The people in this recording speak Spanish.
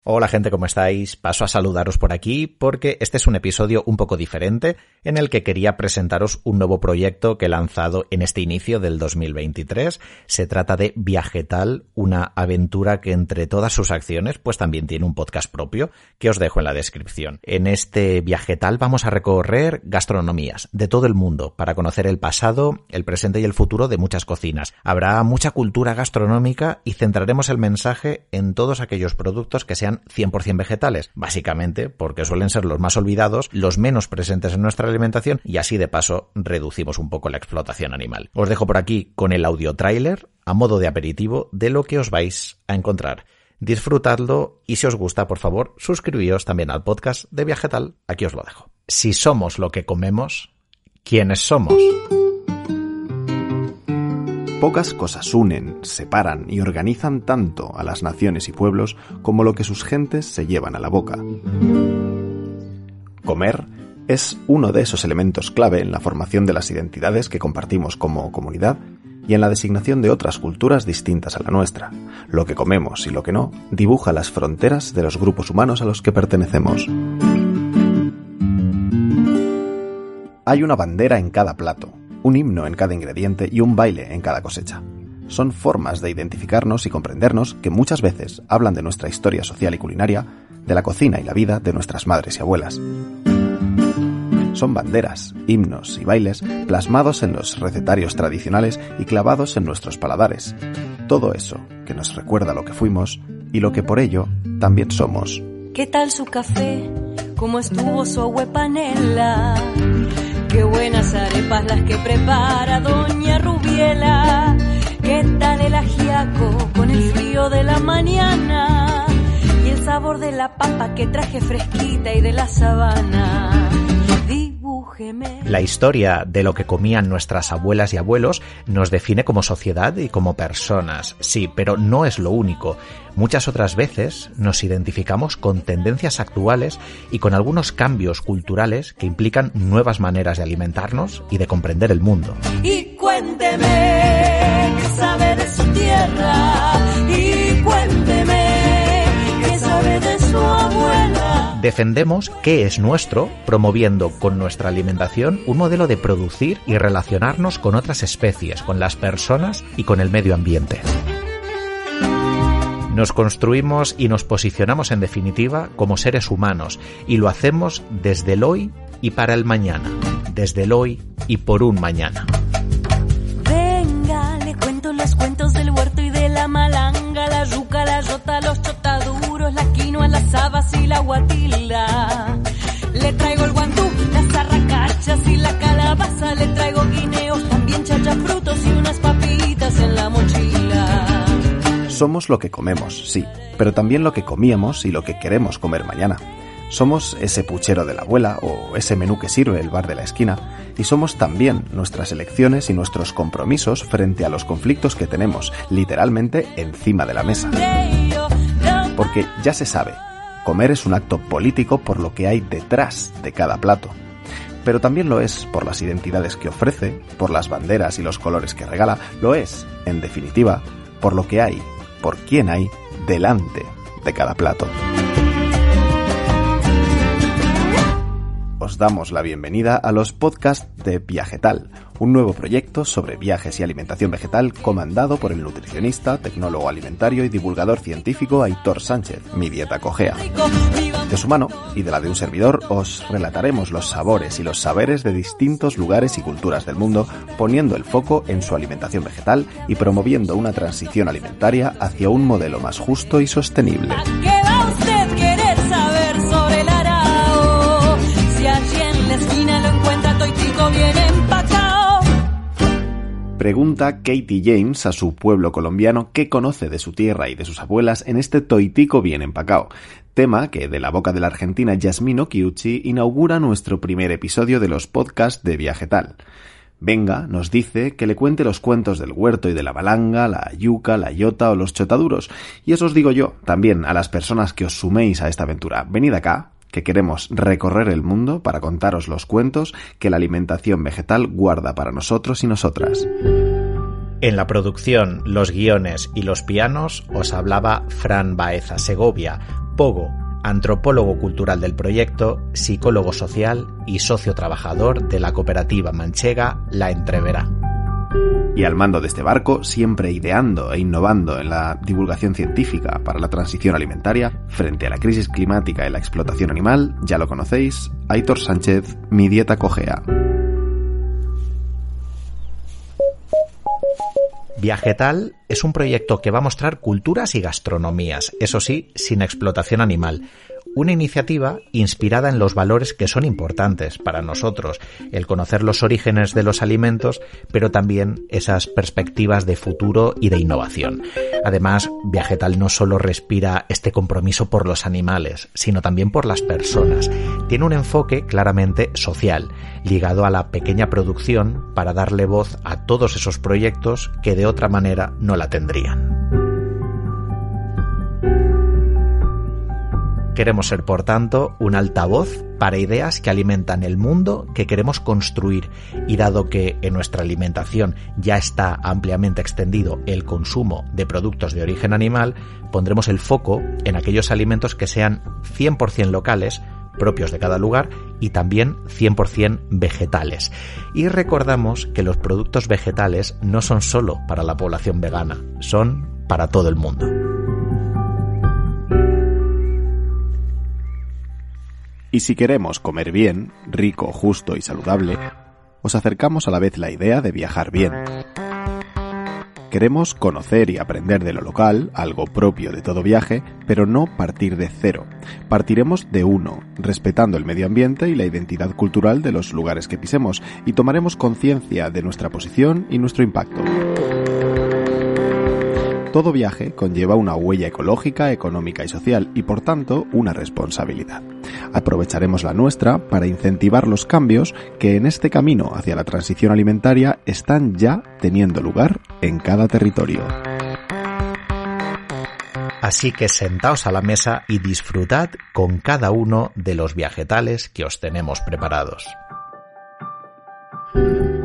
Hola gente, ¿cómo estáis? Paso a saludaros por aquí porque este es un episodio un poco diferente en el que quería presentaros un nuevo proyecto que he lanzado en este inicio del 2023. Se trata de Viajetal, una aventura que entre todas sus acciones pues también tiene un podcast propio que os dejo en la descripción. En este Viajetal vamos a recorrer gastronomías de todo el mundo para conocer el pasado, el presente y el futuro de muchas cocinas. Habrá mucha cultura gastronómica y centraremos el mensaje en todos aquellos productos que sean 100% vegetales, básicamente porque suelen ser los más olvidados, los menos presentes en nuestra alimentación y así de paso reducimos un poco la explotación animal. Os dejo por aquí con el audio tráiler a modo de aperitivo de lo que os vais a encontrar. Disfrutadlo y si os gusta, por favor, suscribíos también al podcast de Viajetal. Aquí os lo dejo. Si somos lo que comemos, ¿quiénes somos? Pocas cosas unen, separan y organizan tanto a las naciones y pueblos como lo que sus gentes se llevan a la boca. Comer es uno de esos elementos clave en la formación de las identidades que compartimos como comunidad y en la designación de otras culturas distintas a la nuestra. Lo que comemos y lo que no dibuja las fronteras de los grupos humanos a los que pertenecemos. Hay una bandera en cada plato, un himno en cada ingrediente y un baile en cada cosecha. Son formas de identificarnos y comprendernos que muchas veces hablan de nuestra historia social y culinaria, de la cocina y la vida de nuestras madres y abuelas. Son banderas, himnos y bailes plasmados en los recetarios tradicionales y clavados en nuestros paladares. Todo eso que nos recuerda lo que fuimos y lo que por ello también somos. ¿Qué tal su café? ¿Cómo estuvo su agua panela? Qué buenas arepas las que prepara doña Rubiela. Qué tal el ajiaco con el frío de la mañana y el sabor de la papa que traje fresquita y de la sabana. Dibújeme. La historia de lo que comían nuestras abuelas y abuelos nos define como sociedad y como personas, sí, pero no es lo único. Muchas otras veces nos identificamos con tendencias actuales y con algunos cambios culturales que implican nuevas maneras de alimentarnos y de comprender el mundo. Y cuénteme qué sabe de su tierra, y cuénteme qué sabe de su abuela. Defendemos qué es nuestro, promoviendo con nuestra alimentación un modelo de producir y relacionarnos con otras especies, con las personas y con el medio ambiente. Nos construimos y nos posicionamos en definitiva como seres humanos y lo hacemos desde el hoy y para el mañana, desde el hoy y por un mañana. Venga, le cuento los cuentos del huerto y de la malanga, la yuca, la yota, los chotaduros, la quinoa, las habas y la guatila. Le traigo el guandú, las arracachas y la calabaza, le traigo guineos, también chachafrutos y unas papitas en la mochila. Somos lo que comemos, sí, pero también lo que comíamos y lo que queremos comer mañana. Somos ese puchero de la abuela o ese menú que sirve el bar de la esquina y somos también nuestras elecciones y nuestros compromisos frente a los conflictos que tenemos literalmente encima de la mesa. Porque ya se sabe, comer es un acto político por lo que hay detrás de cada plato. Pero también lo es por las identidades que ofrece, por las banderas y los colores que regala, lo es, en definitiva, por lo que hay, por quién hay, delante de cada plato. Os damos la bienvenida a los podcasts de Viajetal, un nuevo proyecto sobre viajes y alimentación vegetal comandado por el nutricionista, tecnólogo alimentario y divulgador científico Aitor Sánchez, Mi Dieta Cogea. De su mano y de la de un servidor os relataremos los sabores y los saberes de distintos lugares y culturas del mundo, poniendo el foco en su alimentación vegetal y promoviendo una transición alimentaria hacia un modelo más justo y sostenible. ¿Qué va usted a querer saber sobre el arao? Si allí en la esquina lo encuentra toitico bien empacado. Pregunta Katie James a su pueblo colombiano qué conoce de su tierra y de sus abuelas en este toitico bien empacado. Tema que de la boca de la argentina Yasmín Okiuchi inaugura nuestro primer episodio de los podcasts de Viajetal. Venga, nos dice que le cuente los cuentos del huerto y de la balanga, la yuca, la yota o los chotaduros. Y eso os digo yo, también a las personas que os suméis a esta aventura. Venid acá, que queremos recorrer el mundo para contaros los cuentos que la alimentación vegetal guarda para nosotros y nosotras. En la producción, los guiones y los pianos os hablaba Fran Baeza Segovia, Pogo, antropólogo cultural del proyecto, psicólogo social y socio trabajador de la cooperativa manchega La Entreverá. Y al mando de este barco, siempre ideando e innovando en la divulgación científica para la transición alimentaria, frente a la crisis climática y la explotación animal, ya lo conocéis, Aitor Sánchez, Mi Dieta Cogea. Viajetal es un proyecto que va a mostrar culturas y gastronomías, eso sí, sin explotación animal. Una iniciativa inspirada en los valores que son importantes para nosotros, el conocer los orígenes de los alimentos, pero también esas perspectivas de futuro y de innovación. Además, Viajetal no solo respira este compromiso por los animales, sino también por las personas. Tiene un enfoque claramente social, ligado a la pequeña producción para darle voz a todos esos proyectos que de otra manera no la tendrían. Queremos ser, por tanto, un altavoz para ideas que alimentan el mundo que queremos construir, y dado que en nuestra alimentación ya está ampliamente extendido el consumo de productos de origen animal, pondremos el foco en aquellos alimentos que sean 100% locales, propios de cada lugar, y también 100% vegetales. Y recordamos que los productos vegetales no son solo para la población vegana, son para todo el mundo. Y si queremos comer bien, rico, justo y saludable, os acercamos a la vez la idea de viajar bien. Queremos conocer y aprender de lo local, algo propio de todo viaje, pero no partir de cero. Partiremos de uno, respetando el medio ambiente y la identidad cultural de los lugares que pisemos, y tomaremos conciencia de nuestra posición y nuestro impacto. Todo viaje conlleva una huella ecológica, económica y social, y por tanto una responsabilidad. Aprovecharemos la nuestra para incentivar los cambios que en este camino hacia la transición alimentaria están ya teniendo lugar en cada territorio. Así que sentaos a la mesa y disfrutad con cada uno de los viajetales que os tenemos preparados.